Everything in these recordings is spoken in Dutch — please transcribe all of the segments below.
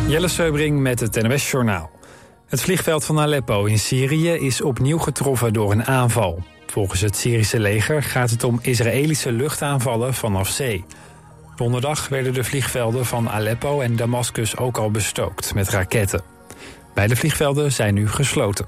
Jelle Seubring met het NOS-journaal. Het vliegveld van Aleppo in Syrië is opnieuw getroffen door een aanval. Volgens het Syrische leger gaat het om Israëlische luchtaanvallen vanaf zee. Donderdag werden de vliegvelden van Aleppo en Damascus ook al bestookt met raketten. Beide vliegvelden zijn nu gesloten.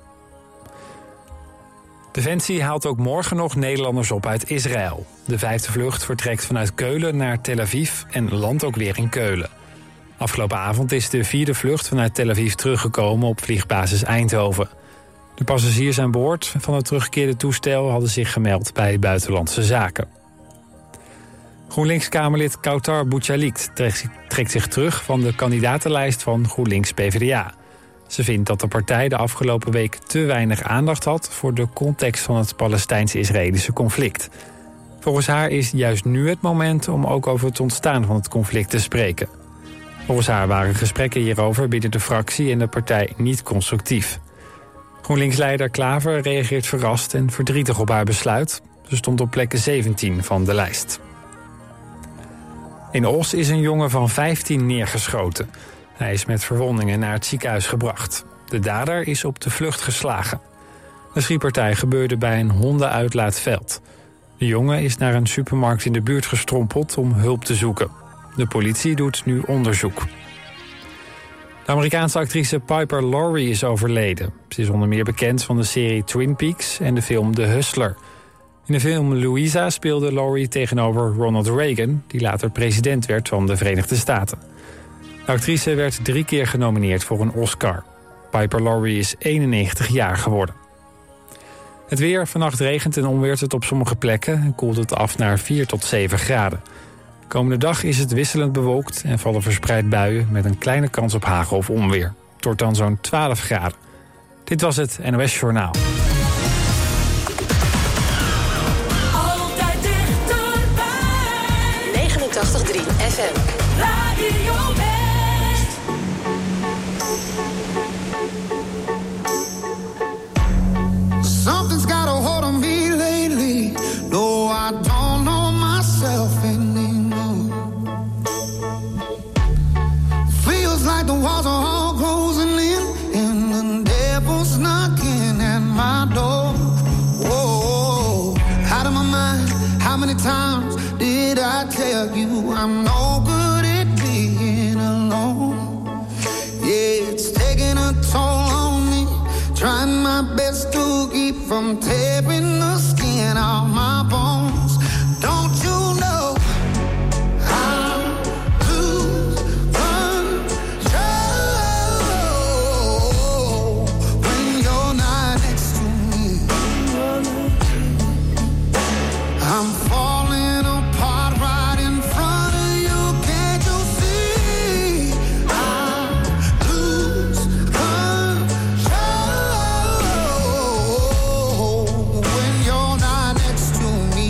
Defensie haalt ook morgen nog Nederlanders op uit Israël. De 5e vlucht vertrekt vanuit Keulen naar Tel Aviv en landt ook weer in Keulen. Afgelopen avond is de 4e vlucht vanuit Tel Aviv teruggekomen op vliegbasis Eindhoven. De passagiers aan boord van het teruggekeerde toestel hadden zich gemeld bij Buitenlandse Zaken. GroenLinks-Kamerlid Kawtar Bouchalikt trekt zich terug van de kandidatenlijst van GroenLinks-PVDA. Ze vindt dat de partij de afgelopen week te weinig aandacht had voor de context van het Palestijns-Israëlische conflict. Volgens haar is juist nu het moment om ook over het ontstaan van het conflict te spreken. Volgens haar waren gesprekken hierover binnen de fractie en de partij niet constructief. GroenLinks-leider Klaver reageert verrast en verdrietig op haar besluit. Ze stond op plek 17 van de lijst. In Os is een jongen van 15 neergeschoten. Hij is met verwondingen naar het ziekenhuis gebracht. De dader is op de vlucht geslagen. De schietpartij gebeurde bij een hondenuitlaatveld. De jongen is naar een supermarkt in de buurt gestrompeld om hulp te zoeken. De politie doet nu onderzoek. De Amerikaanse actrice Piper Laurie is overleden. Ze is onder meer bekend van de serie Twin Peaks en de film The Hustler. In de film Louisa speelde Laurie tegenover Ronald Reagan, die later president werd van de Verenigde Staten. De actrice werd 3 keer genomineerd voor een Oscar. Piper Laurie is 91 jaar geworden. Het weer, vannacht regent en onweert het op sommige plekken en koelt het af naar 4 tot 7 graden. De komende dag is het wisselend bewolkt en vallen verspreid buien met een kleine kans op hagel of onweer. Het wordt dan zo'n 12 graden. Dit was het NOS Journaal. Altijd dichterbij. 89.3 FM. Radio West. Something's got a hold on me lately. No, I don't know myself anymore. Feels like the walls are all closing in and the devil's knocking at my door. Whoa, out of my mind. How many times did I tell you I'm no good at being alone? Yeah, it's taking a toll on me. Trying my best to keep from tearing the skin off my bones. Don't you know I lose control when you're not next to me? I'm falling apart right in front of you. Can't you see? I lose control when you're not next to me.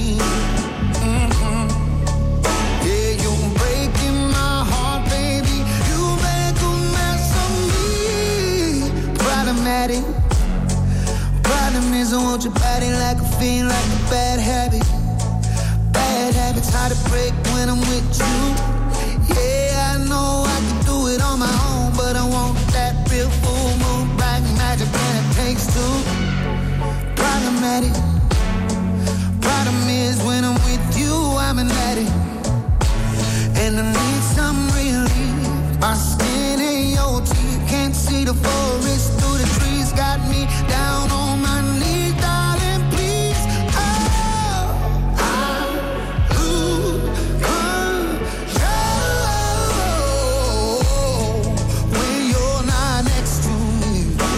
Yeah, you're breaking my heart, baby. You make a mess of me. Problematic. Problem is I want your body like a fiend, like a bad habit. Bad habits hard to break when I'm with you. Yeah, I know I can do it on my own, but I want that real full moon, black magic, and it takes two. Problematic. Problem is when I'm with you, I'm an addict, and I need some relief. My skin and your teeth can't see the forest through the trees. Got me down on my knees, darling, please. Oh, I lose control when you're not next to me.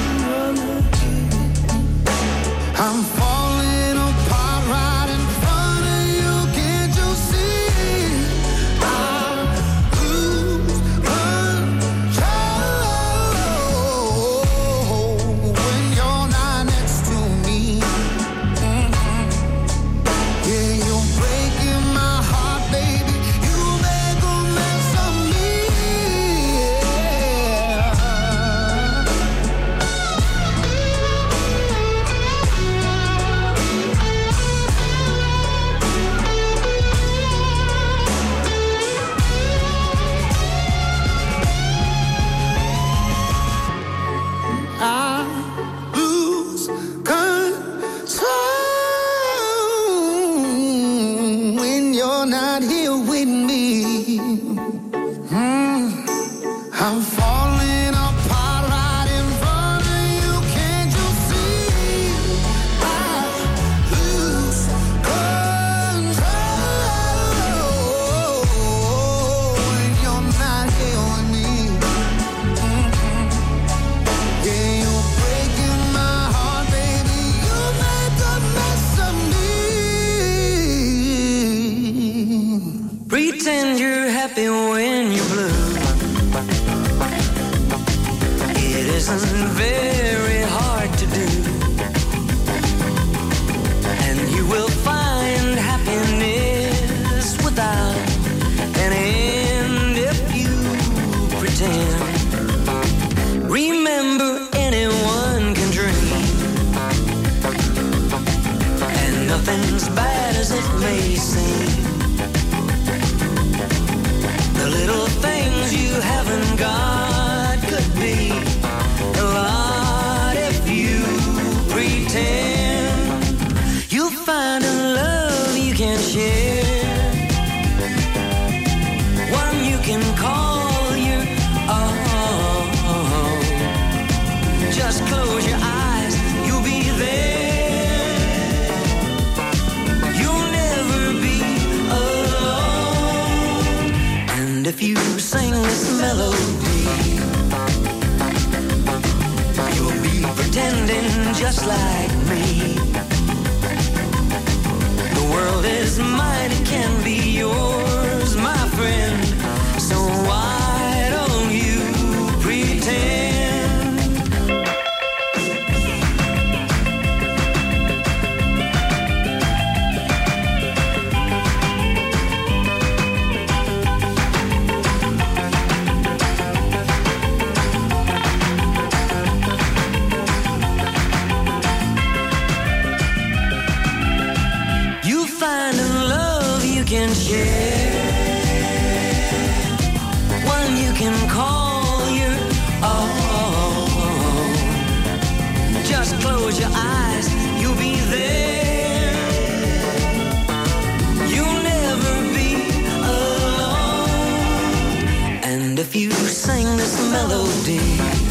I'm falling apart right in front of you. Can't you see? I lose control I'm falling apart right in front of you. Can't you see? I lose control when you're not here with me. Yeah, you're breaking my heart, baby. You make a mess of me. Pretend you're happy when you're blue. It isn't very hard to do, and you will find happiness without an end if you pretend. Remember, anyone can dream, and nothing's bad as it may seem. The little things you haven't got could be a lot if you pretend. You'll find a love you can share, one you can call your own. Just close your eyes, you'll be there. You'll never be alone. And if you sing this melody, you'll be pretending just like me. The world is mine, it can be yours, my friend. So why don't you pretend? Can share, one you can call your own. Just close your eyes, you'll be there. You'll never be alone. And if you sing this melody,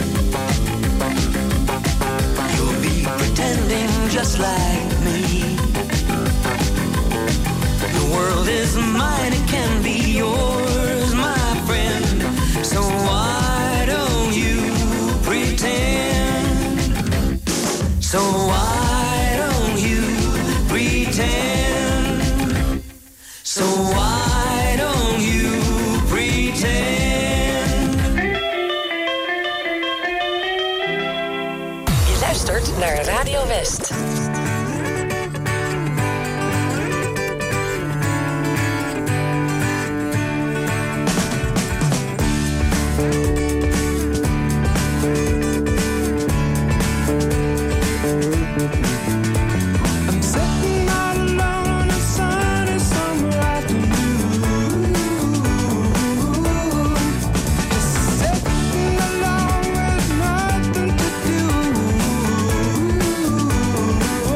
you'll be pretending just like me. The world is mine, it can be yours, my friend. So why don't you pretend? So why don't you pretend? So why don't you pretend? Je luistert naar Radio West. Alone with nothing to do.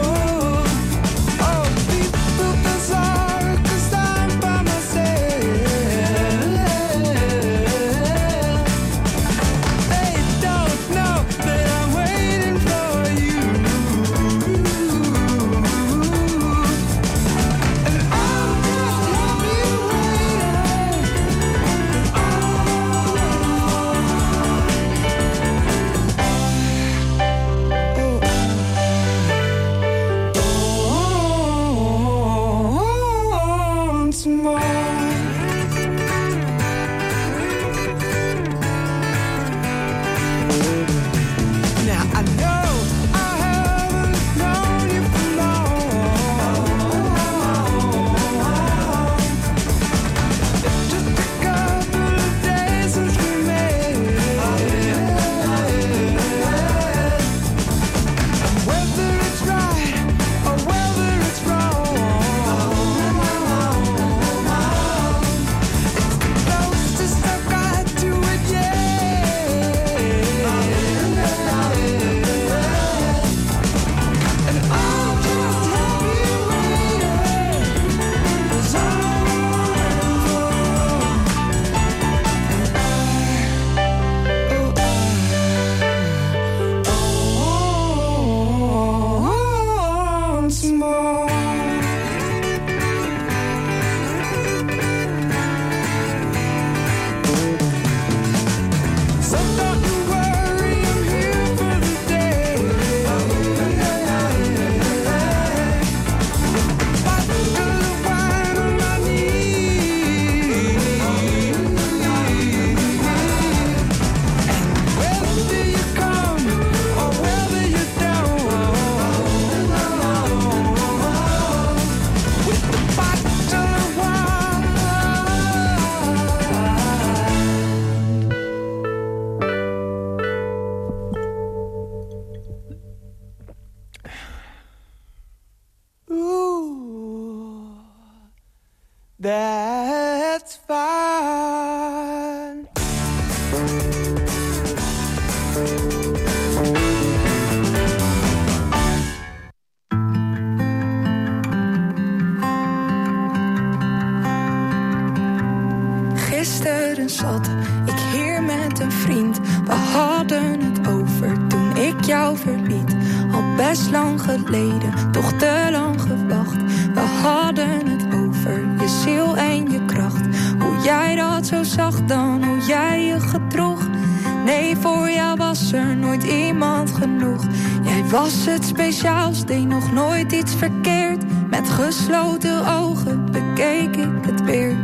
Gisteren zat ik hier met een vriend. We hadden het over toen ik jou verliet. Al best lang geleden, toch te lang gewacht. We hadden het over je ziel en je kracht. Hoe jij dat zo zag dan, hoe jij je gedroeg. Nee, voor jou was er nooit iemand genoeg. Jij was het speciaals, deed nog nooit iets verkeerd. Met gesloten ogen bekeek ik het weer.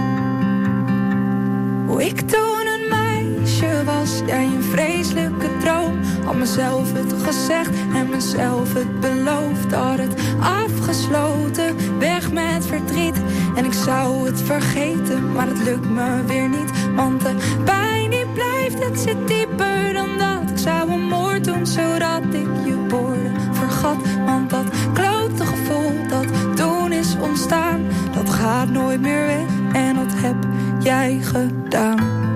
Hoe ik toen een meisje was, jij een vreselijke droom. Had mezelf het gezegd en mezelf het beloofd. Had het afgesloten, weg met verdriet. En ik zou het vergeten, maar het lukt me weer niet. Want de pijn die blijft, het zit dieper dan dat. Ik zou een moord doen, zodat ik je woorden vergat. Want dat klote gevoel dat toen is ontstaan, dat gaat nooit meer weg en dat heb jij gedaan.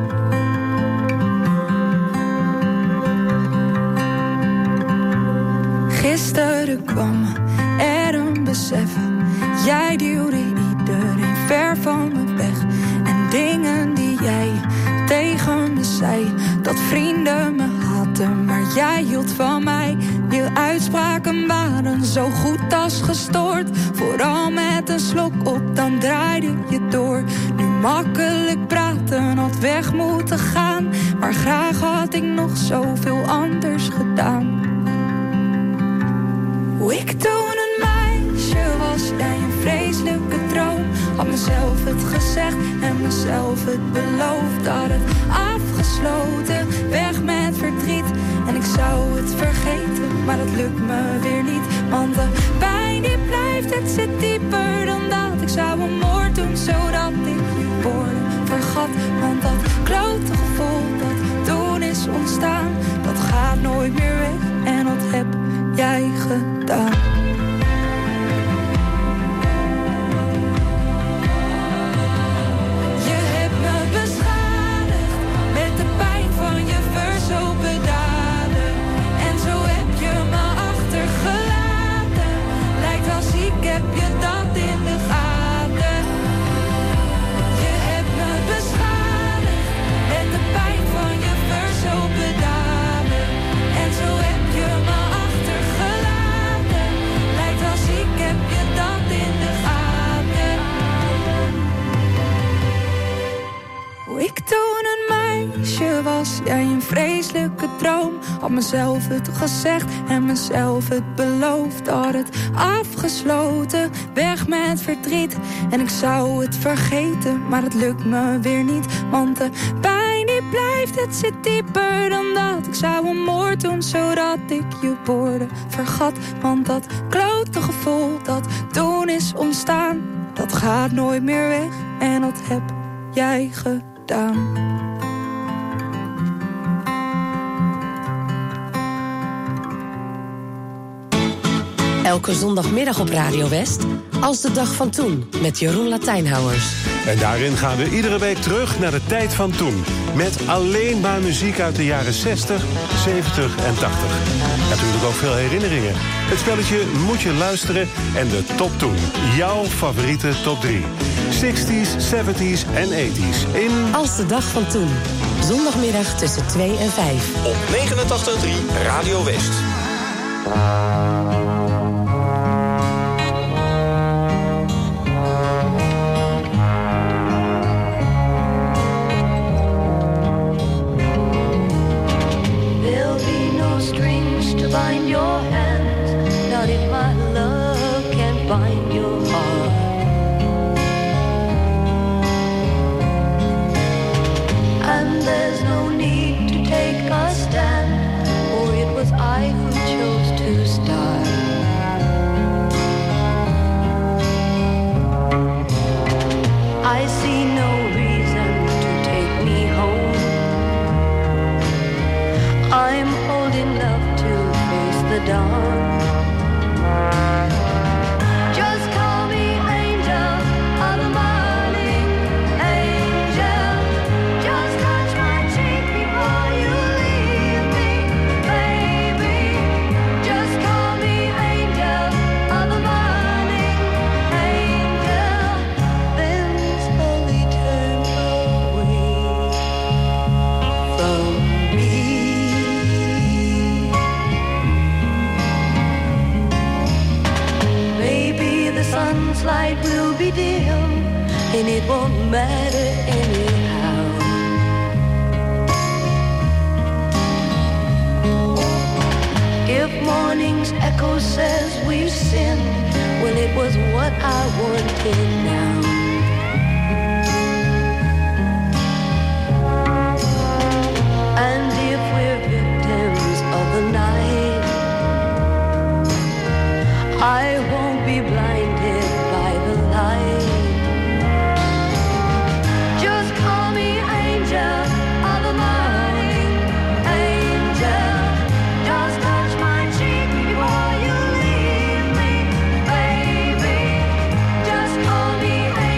Gisteren kwam er een besef. Jij duwde iedereen ver van me weg. En dingen die jij tegen me zei, dat vrienden me haten, maar jij hield van mij. Je uitspraken waren zo goed als gestoord. Vooral met een slok op, dan draaide je door. Nu makkelijk praten, had weg moeten gaan. Maar graag had ik nog zoveel anders gedaan. Hoe ik toen een meisje was, jij een vreselijke droom. Had mezelf het gezegd en mezelf het beloofd. Had het afgesloten, weg met verdriet. En ik zou het vergeten, maar het lukt me weer niet. Want de pijn die blijft, het zit dieper dan dat. Ik zou een moord doen, zodat ik je woorden vergat. Want dat klote gevoel dat toen is ontstaan, dat gaat nooit meer weg en dat heb jij gedaan. Je hebt me beschadigd met de pijn van je verzopen daden. En zo heb je me achtergelaten. Lijkt als ik heb je dat in de gaten. Je hebt me beschadigd met de pijn van je verzopen daden. En zo heb je me achtergelaten. Lijkt als ik heb je dat in de gaten. Hoe ik toen een meisje was, jij een vreselijke droom. Had mezelf het gezegd en mezelf het beloofd. Had het afgesloten, weg met verdriet. En ik zou het vergeten, maar het lukt me weer niet. Want de pijn die blijft, het zit dieper dan dat. Ik zou een moord doen, zodat ik je woorden vergat. Want dat klote gevoel dat toen is ontstaan, dat gaat nooit meer weg en dat heb jij gedaan. Elke zondagmiddag op Radio West, Als de dag van toen, met Jeroen Latijnhouwers. En daarin gaan we iedere week terug naar de tijd van toen. Met alleen maar muziek uit de jaren 60, 70 en 80. Natuurlijk ook veel herinneringen. Het spelletje Moet je luisteren en de top toen. Jouw favoriete top 3. 60s, 70s en 80s in... Als de dag van toen. Zondagmiddag tussen 2 en 5. Op 89.3 Radio West. Bind your hands, not if my love can bind your heart. And there's no need to take a stand, for it was I who chose to start. light will be dim, and it won't matter anyhow. If morning's echo says we've sinned, well, it was what I wanted now. And if we're victims of the night, I won't be blinded by the light. Just call me angel of the morning, angel. Just touch my cheek before you leave me, baby. Just call me angel.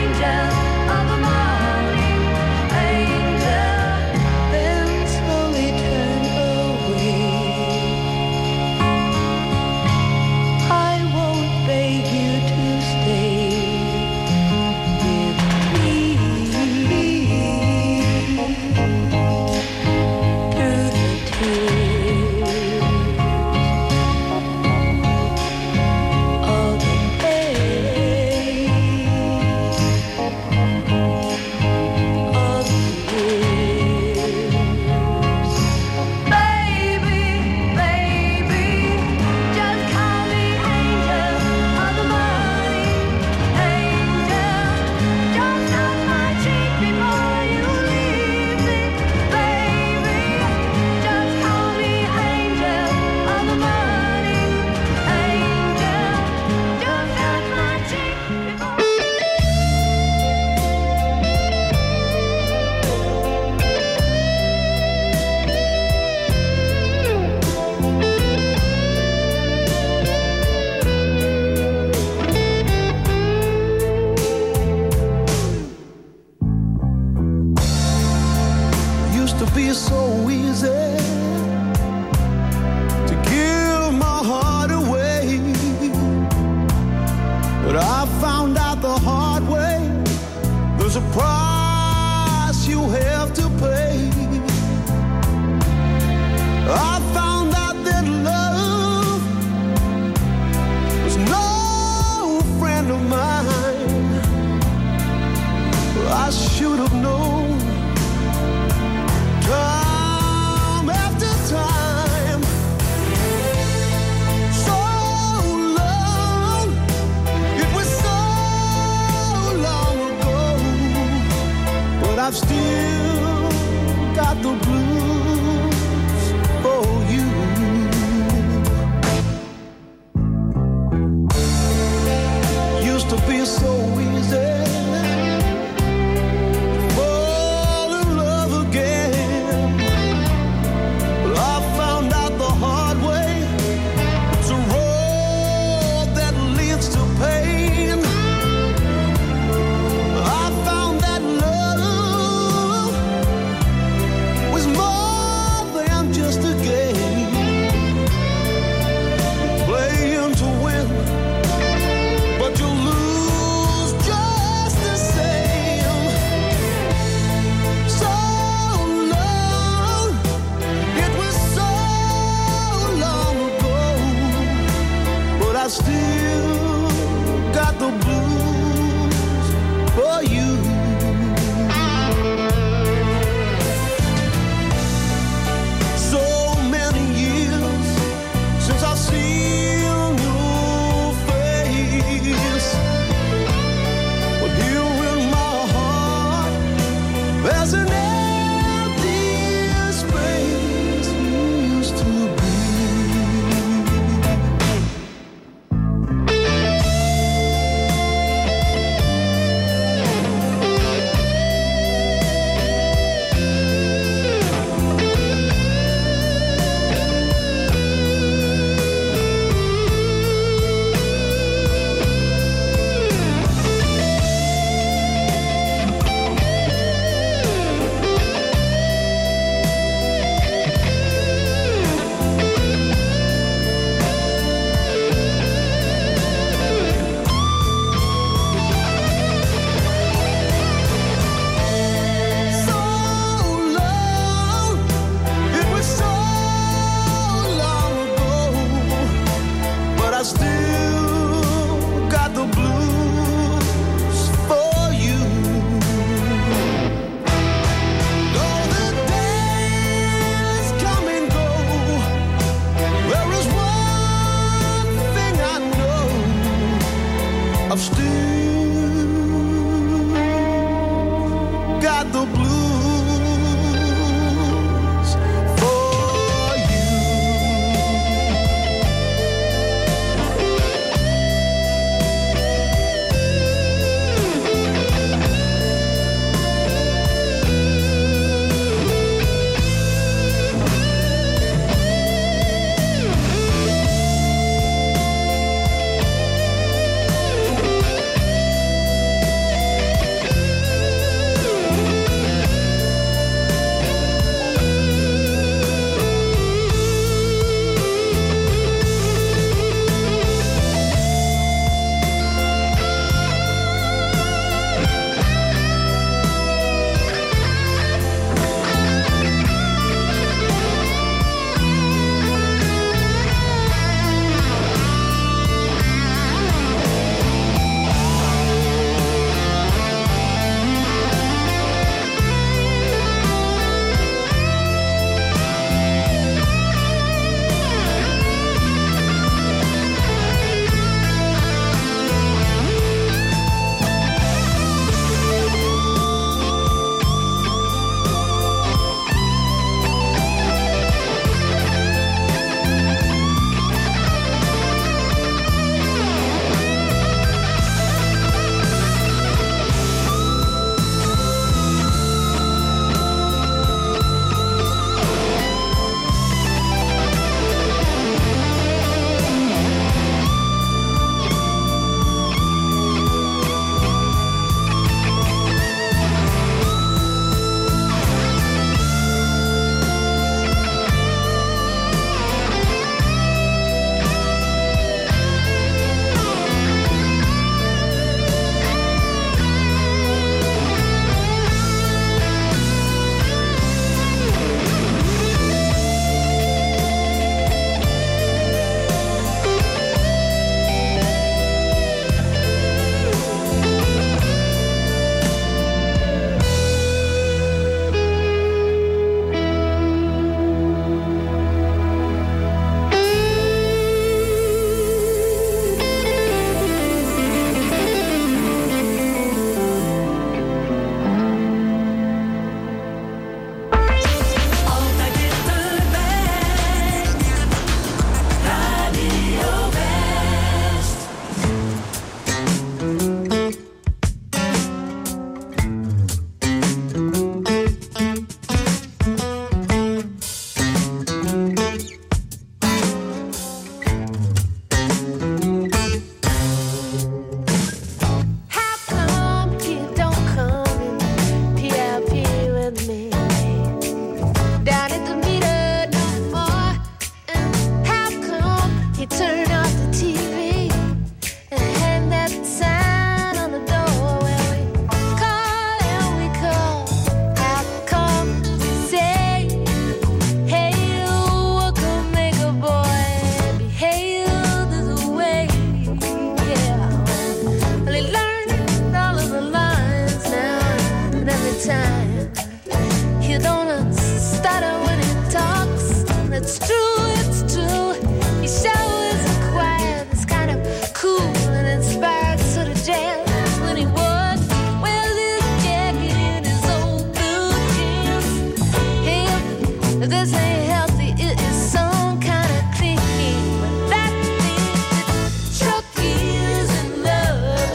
It's true. He sure is quiet. It's kind of cool and inspired sort of jazz when he walks with his jacket in his old blue jeans. Hey, this ain't healthy. It is some kind of clean. But that means Chucky is in love.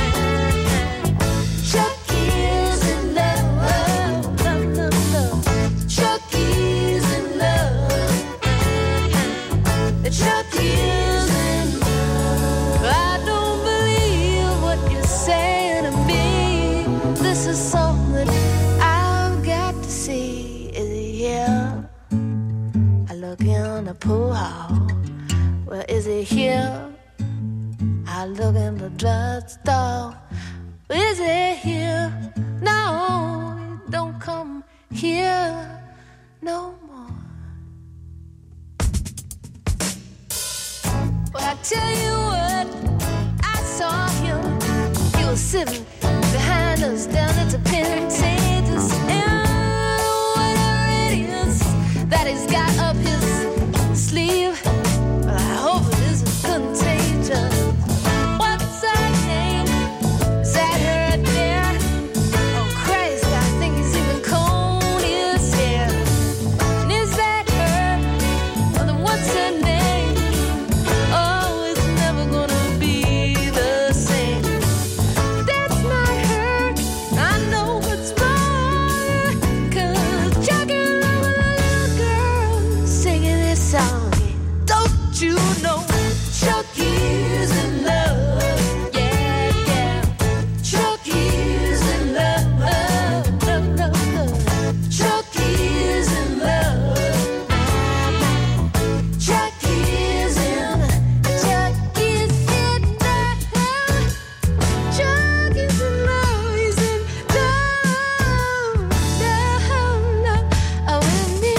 Chucky is in love. Chucky is in love. Chucky is in love. I don't believe what you're saying to me. This is something I've got to see. Is he here? I look in the pool hall. Well, is he here? I look in the drugstore. Is he here? No, he don't come here no more. Well, I tell you what, I saw him. He was sitting behind us down at the Pentateuch. And whatever it is that he's got up his sleeve, well, I hope it isn't contagious. What's her name? Is that her there? Oh, Christ, I think he's even combed his hair. And is that her? Well, then what's her name? Oh, it's never gonna be the same. That's not her. I know what's wrong. 'Cause Chucky love with a little girl singing this song. Don't you know Chucky's in love? Yeah, yeah. Chucky's in love. Chucky's in love. Chucky's in love. Chucky's in love. Chucky's in love. He's in love with me.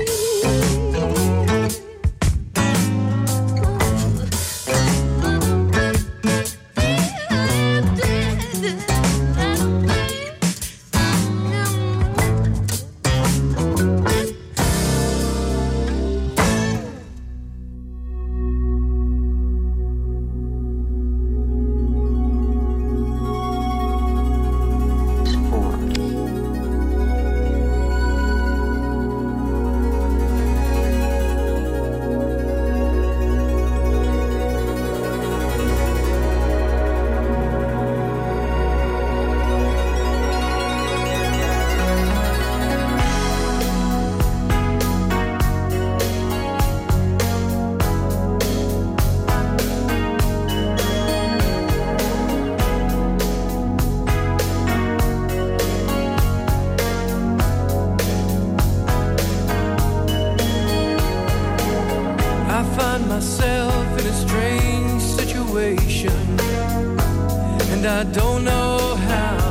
I find myself in a strange situation, and I don't know how.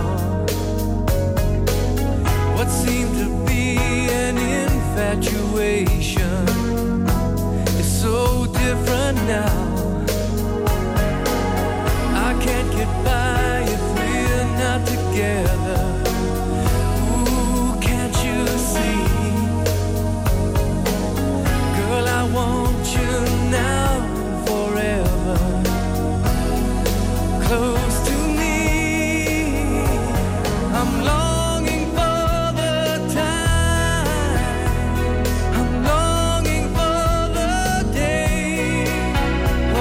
What seemed to be an infatuation is so different now. I can't get by if we're not together. Ooh, can't you see? Girl, I want you now forever. Close to me. I'm longing for the time. I'm longing for the day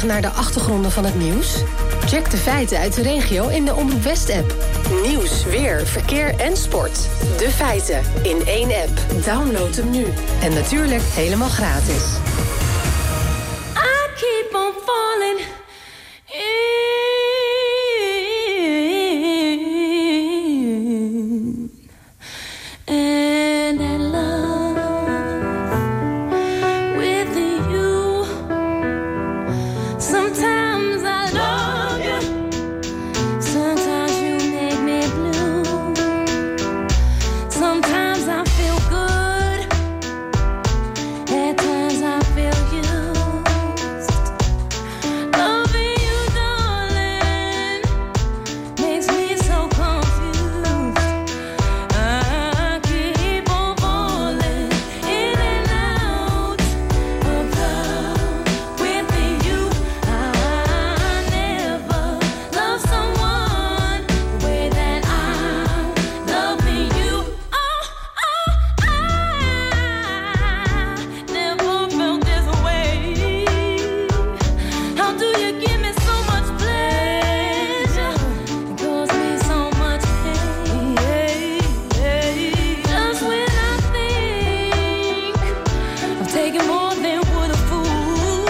nieuwsgierig naar de achtergronden van het nieuws? Check de feiten uit de regio in de Omroep West-app. Nieuws, weer, verkeer en sport. De feiten in één app. Download hem nu. En natuurlijk helemaal gratis. I keep on falling in. And I love with you. Sometimes I love you. Sometimes you make me blue. Sometimes I feel good. At times I feel used. Loving you, darling, makes me so confused. I keep on falling in and out of love with you. I never loved someone the way that I'm loving you. I never felt this way. How do you give me so much pleasure and cause me so much pain? Just when I think I'm taking more than would a fool,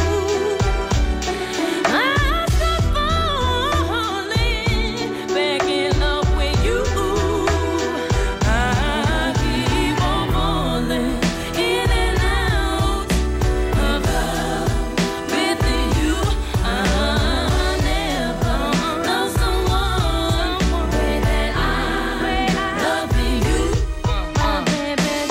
I start falling back in love with you. I keep on falling in and out of love with you. I never loved someone the way that I'm loving you. Baby,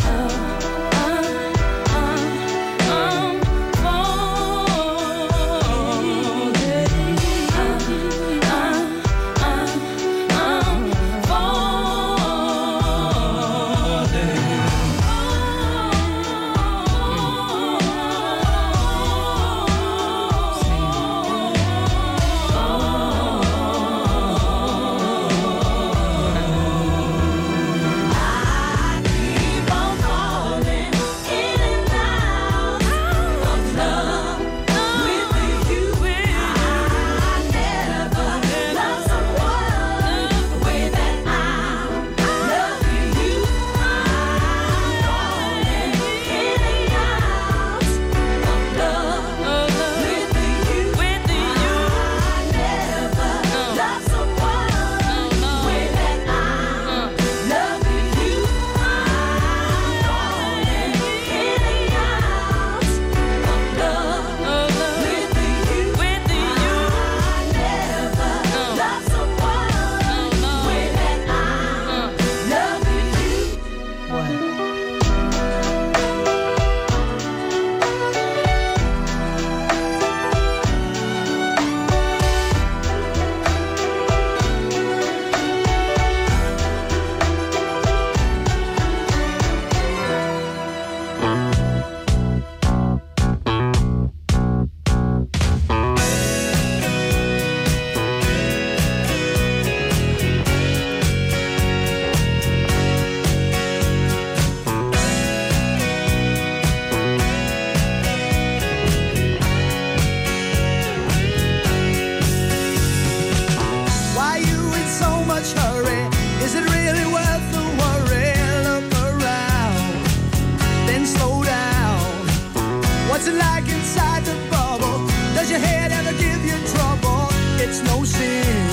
Why you in so much hurry? Is it really worth the worry? Look around, then slow down. What's it like inside the bubble? Does your head ever give you trouble? It's no sin.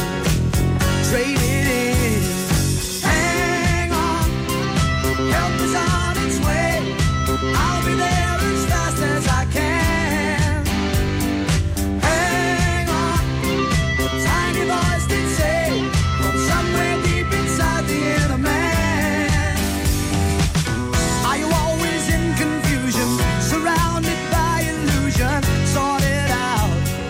Trade it in. Hang on, help is on its way. I'll be there as fast as I can. Hang on, tiny voice did say from somewhere deep inside the inner man. Are you always in confusion, surrounded by illusion? Sort it out,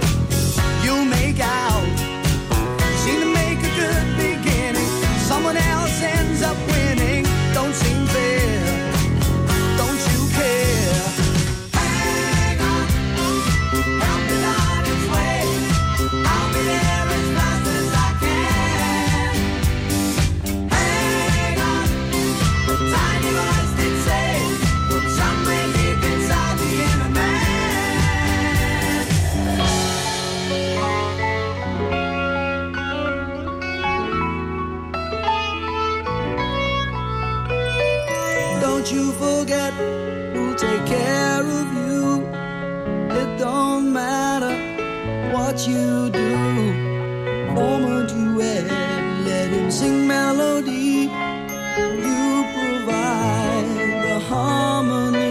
take care of you. It don't matter what you do. Form a duet, let him sing melody. You provide the harmony.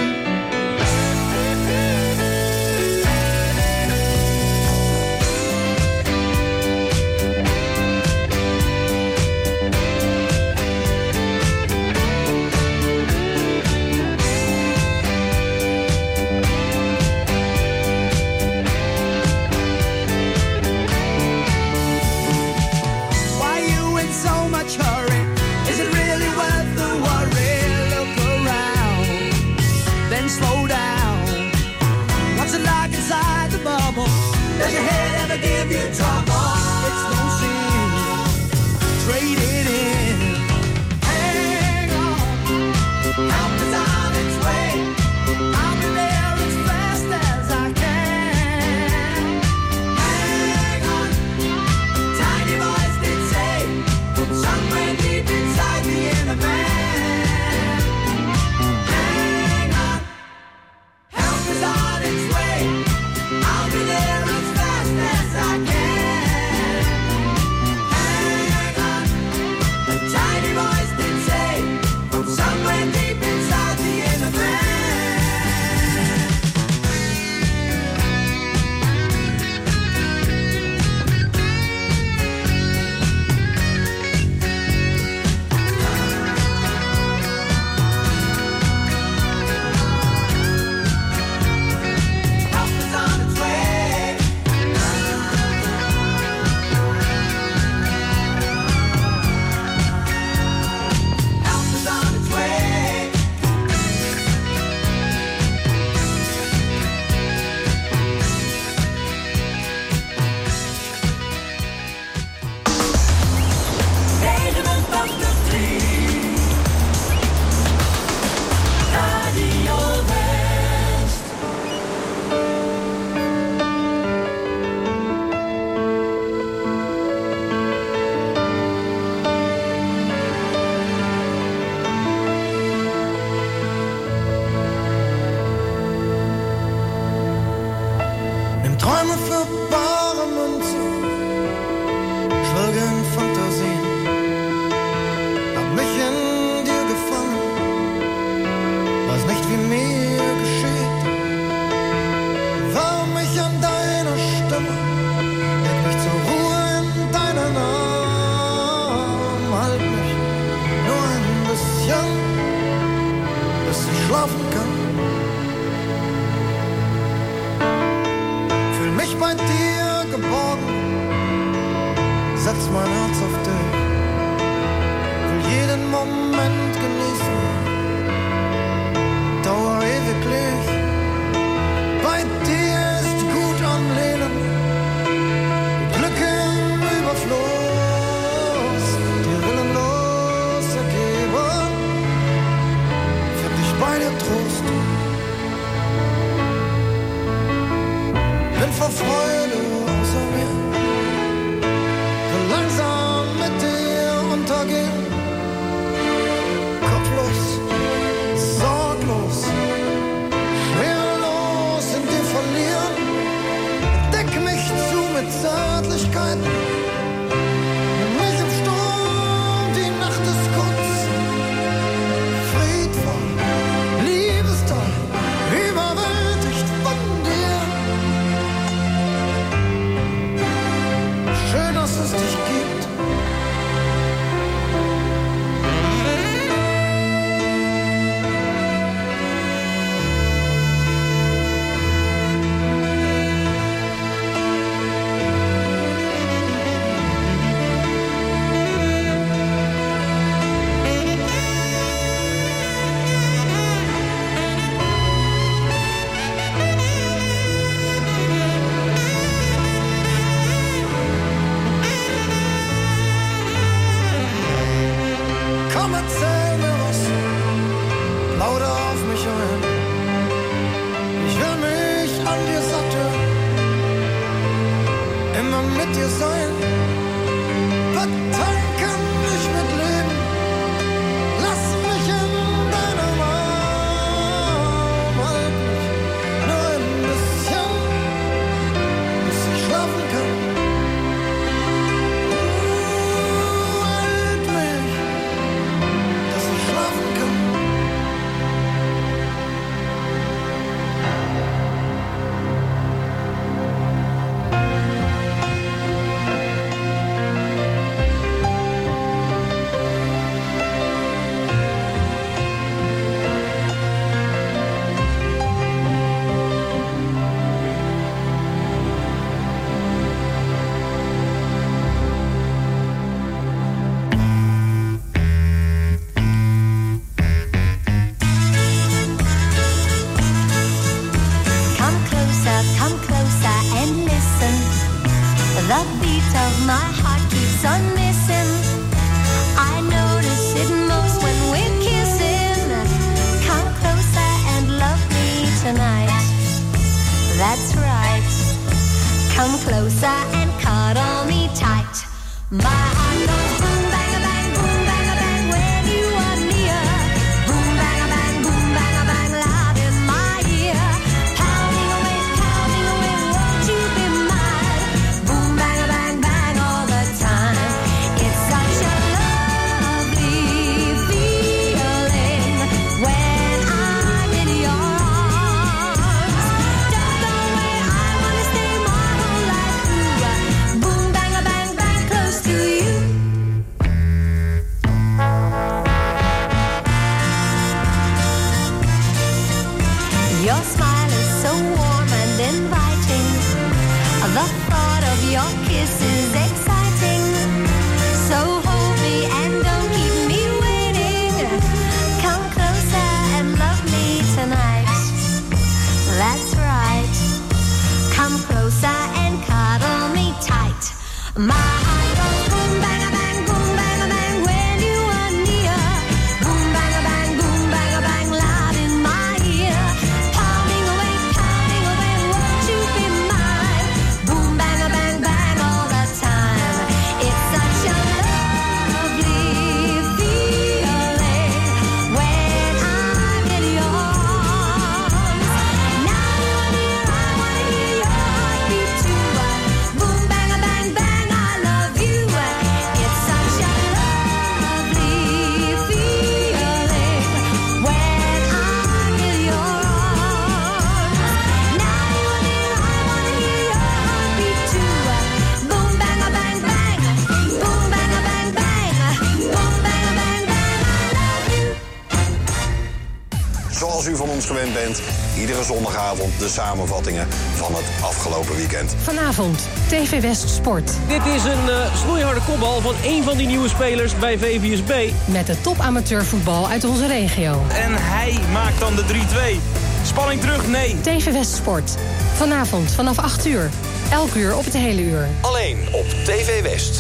Does your head ever give you trouble? It's no sin. Trade it in. Hang on. Help is on its way. I'll be there as fast as I can. Hang on. Tiny voice did say, somewhere deep inside the inner man. Hang on. Help is on its way. I'll be there as fast as I can. Hang on. A tiny voice did say, from somewhere deep inside the inner man. Help is on its way. Help is on its way. Radio West. Nimm Träume für bare Münze, schwelge in Fantasien. Hab mich in dir gefangen, weiß nicht, wie mir geschieht. Warm mich an deiner Stimme, leg mich zur Ruhe in deinen Arm. Halt mich nur ein bisschen, bis ich schlafen kann. Fühl mich bei dir geborgen, setz mein Herz auf dich, will jeden Moment genießen, Dauer ewiglich. Bei dir ist gut am Leben, Glück im Überfluss, dir willenlos ergeben, find ich bei dir Trost. Bin vor Freude außer mir, will langsam mit dir untergehen. Kopflos, sorglos, schwerelos in dir verlieren. Deck mich zu mit Zärtlichkeit, nimm mich im Sturm, die Nacht ist kurz. Friedvoll, liebestoll, überwältigt von dir. Schön, dass es dich gibt. Komm, erzähl mir was, lauter auf mich ein. Ich will mich an dir satteln, immer mit dir sein. Betanken mich mit Leben, lass mich in deinem Arm. The beat of my heart keeps on missing. I notice it most when we're kissing. Come closer and love me tonight. That's right. Come closer and cuddle me tight. My heart goes boom, bang, a bang, boom, bang, a bang when you are near. Boom, bang, a bang, loud in my ear. Pounding away, won't you be mine? Boom, bang, a bang all the time. It's such a lovely feeling when I'm in your arms. Don't go away, I wanna stay my whole life through. Boom, bang, close to you. Your smile is so warm and inviting. The thought of your kiss is exciting. So hold me and don't keep me waiting. Come closer and love me tonight. That's right. Come closer and cuddle me tight. My heart goes boom, bang, a bang, when you are near. Boom, bang, loud in my ear. Pounding away, won't you be mine? Boom, bang, all the time. It's such a lovely feeling when I'm in your arms. Now you're near, I wanna hear your heartbeat too. Boom, bang, I love you. It's such a lovely feeling when I'm in your arms. Now you're near, I wanna hear your heartbeat too. Boom, bang, boom, bang, boom, bang, I love you. Zoals u van ons gewend bent, iedere zondagavond de samenvattingen van het afgelopen weekend. Vanavond, TV West Sport. Dit is een snoeiharde kopbal van één van die nieuwe spelers bij VVSB. Met de top amateurvoetbal uit onze regio. En hij maakt dan de 3-2. Spanning terug, nee. TV West Sport. Vanavond vanaf 8 uur. Elk uur op het hele uur. Alleen op TV West.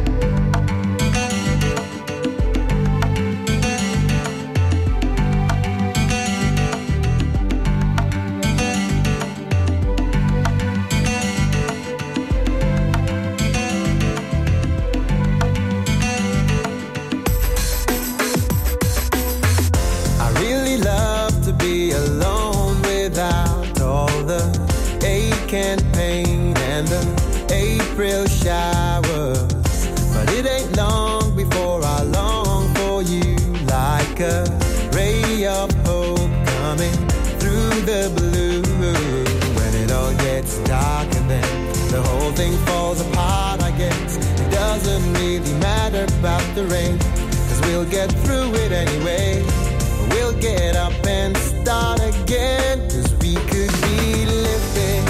I really love to be alone without all the ache and pain and the April showers. But it ain't long before I long for you, like a ray of hope coming through the blue. When it all gets dark and then the whole thing falls apart, I guess it doesn't really matter about the rain, 'cause we'll get through it anyway. We'll get up and start again, 'cause we could be lifted,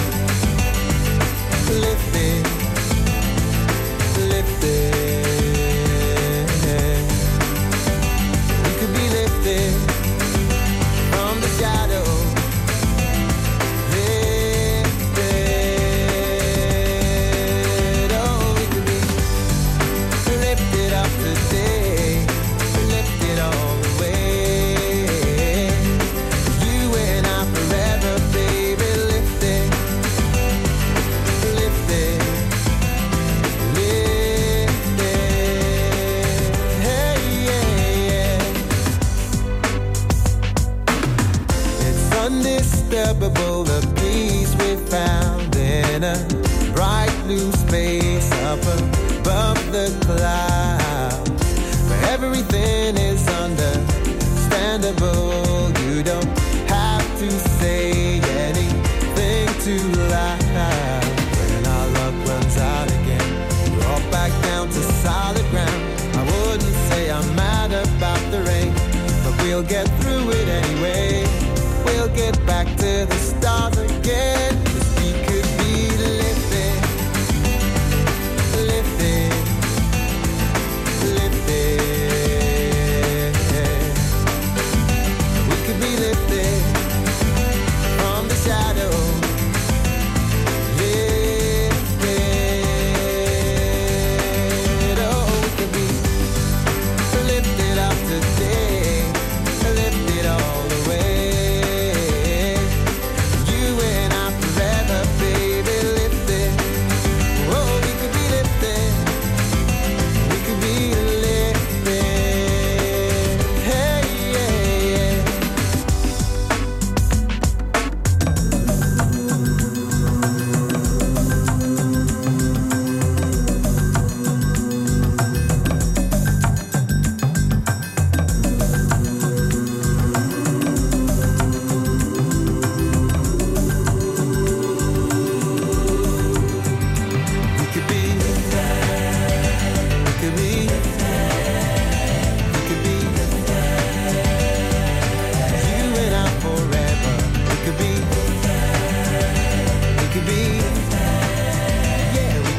lifted, lifted. We could be lifted from the shadow, lifted. Oh, we could be lifted up today, lifted all the way. You and I forever, baby, lifted, lifted, lifted. Hey, yeah. It's undisturbable, the peace we found in a bright blue space up above the clouds, where everything is understandable. You don't have to say anything too loud. When our luck runs out again, we're all back down to solid ground. I wouldn't say I'm mad about the rain, but we'll get through it anyway. We'll get back to the start again, 'cause we could be lifted, lifted, lifted. We could be lifted from the shadow, lifted.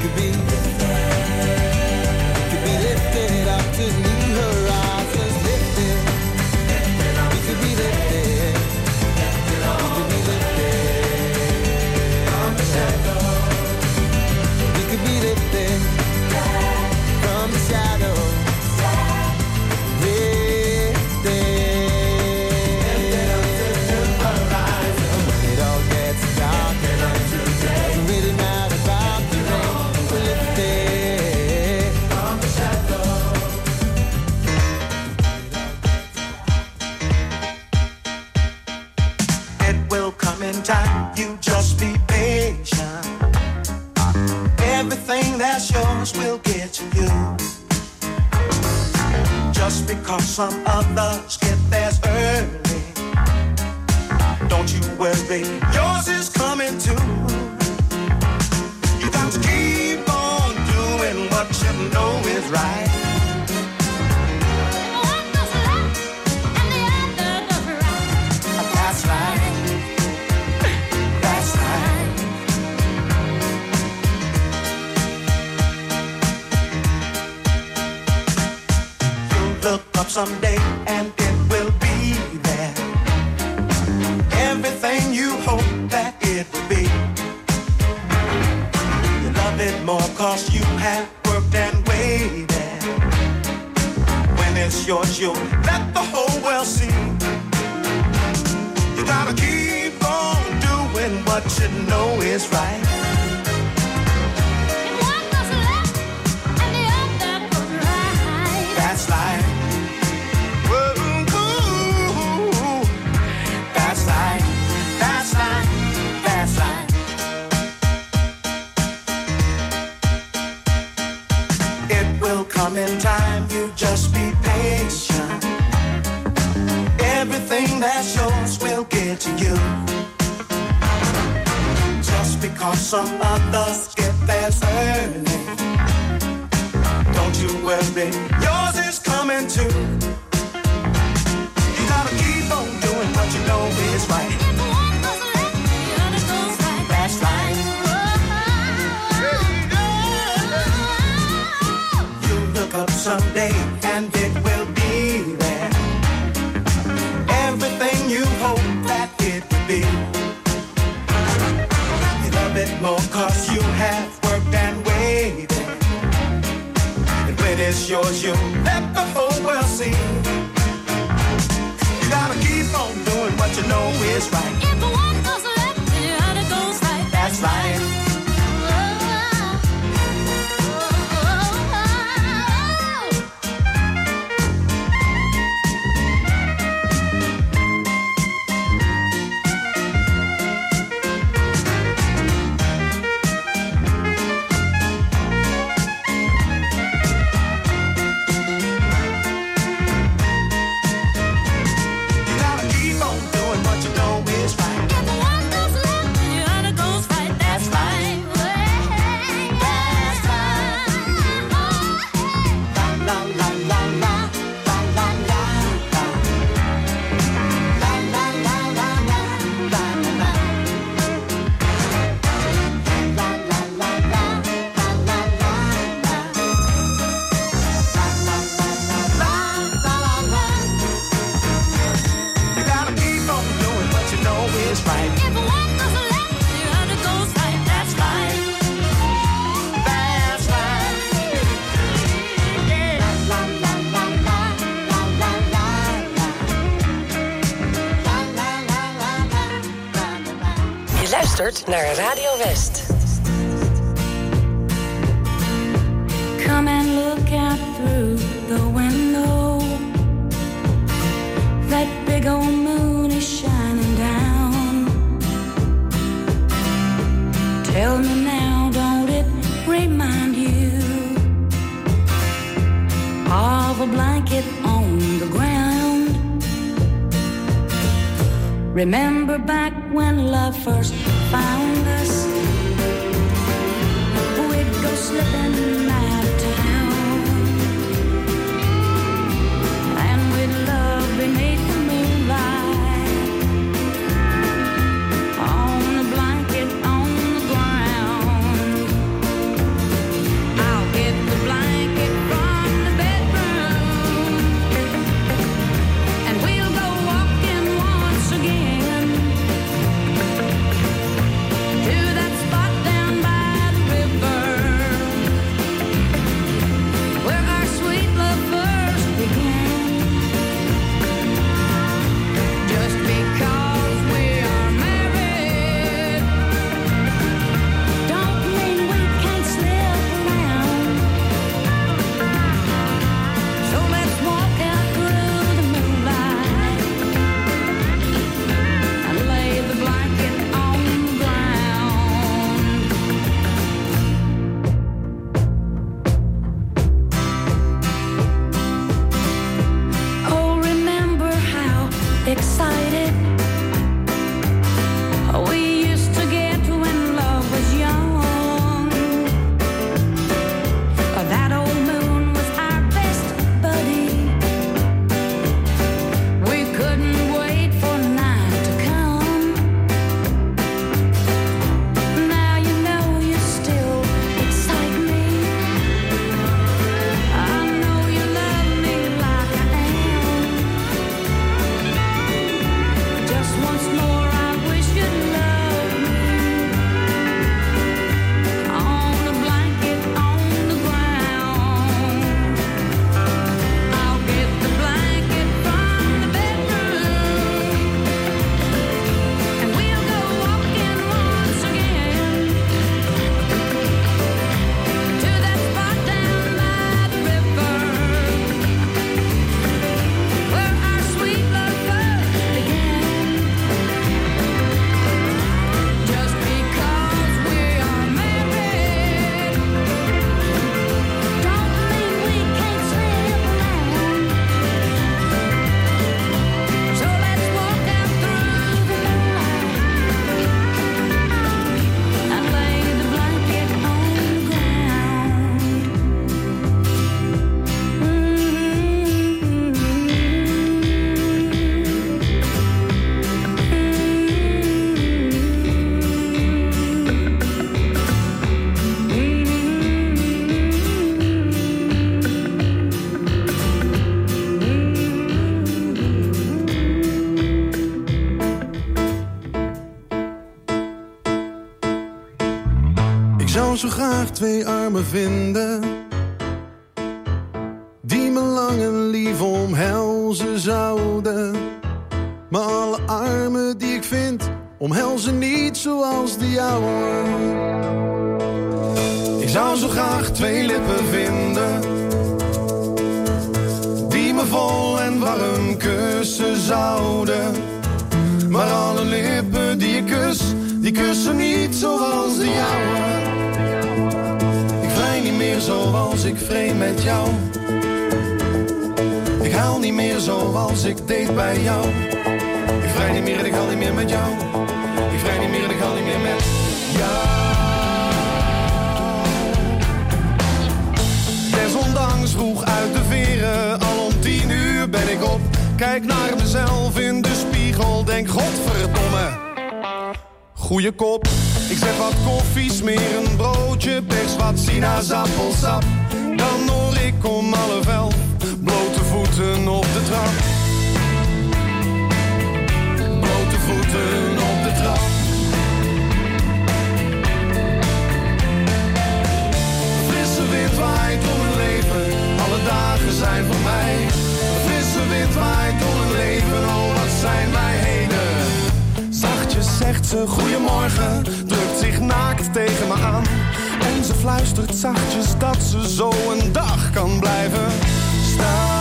could be lifted up to new horizons. Lifted. We could be lifted. We could be lifted from the shadow. We could be lifted from the shadow. Time, you just be patient. Everything that's yours will get to you. Just because some others get theirs early, don't you worry, yours is coming too. You got to keep on doing what you know is right. That's right. Look up someday and it will be there. Everything you hope that it will be. You love it more cause you have worked and waited. When it's yours you'll let the whole world see. You gotta keep on doing what you know is right. That's life. That's life. That's life. That's life. It will come in time. You just be patient. Everything that's yours will get to you. Just because some others get theirs early, don't you worry, yours is coming too. You gotta keep on doing what you know is right. That's right. You look up someday and it will be there. Everything you hope that it will be. You love it more cause you have worked and waited. When it's yours, you let the whole world see. You gotta keep on doing what you know is right. If the one goes left, then the other goes right. That's right. Naar Radio West. Come and look out through the window. That big old moon is shining down. Tell me now, don't it remind you of a blanket on the ground? Remember back when love first found us, we'd go slipping out of town, and we'd love beneath the moonlight, on a blanket on the ground. graag 2 armen vinden die me lang en lief omhelzen zouden. Maar alle armen die ik vind omhelzen niet zoals de jouwe. Ik zou zo graag 2 lippen vinden die me vol en warm kussen zouden. Maar alle lippen die ik kus, die kussen niet zoals de jouwe. Ik vrij niet meer zoals ik vreemd met jou. Ik huil niet meer zoals ik deed bij jou. Ik vrij niet meer en ik huil niet meer met jou. Ik vrij niet meer en ik huil niet meer met jou. Desondanks vroeg uit de veren, al om 10 uur ben ik op. Kijk naar mezelf in de spiegel, denk godverdomme. Goeie kop, ik zet wat koffie, smeer een broodje, pers wat sinaasappelsap. Dan hoor ik om 11:30 blote voeten op de trap. Blote voeten op de trap. Frisse wind waait door mijn leven, alle dagen zijn voor mij. Frisse wind waait door mijn leven, oh wat zijn wij heden. Zachtjes zegt ze goeiemorgen, drukt zich naakt tegen me aan. En ze fluistert zachtjes dat ze zo een dag kan blijven staan.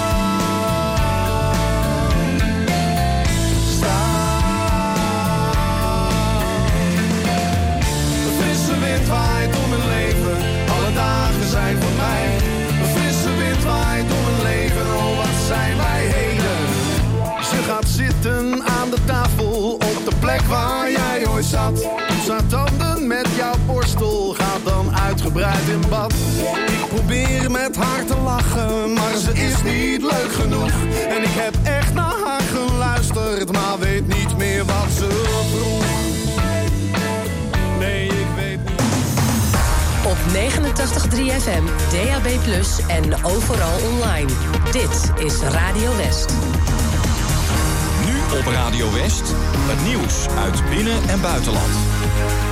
De frisse wind waait door mijn leven, alle dagen zijn voor mij. De frisse wind waait door mijn leven, oh wat zijn wij heden. Ze gaat zitten aan de tafel op de plek waar jij ooit zat. Doet haar tanden met jouw borstel, gaat dan uitgebreid in bad. Ik probeer met haar te lachen, maar ze is niet leuk genoeg. En ik heb echt naar haar geluisterd, maar weet niet meer wat ze vroeg. Nee, ik weet niet. Op 89.3 FM, DAB+ en overal online. Dit is Radio West. Nu op Radio West, het nieuws uit binnen- en buitenland.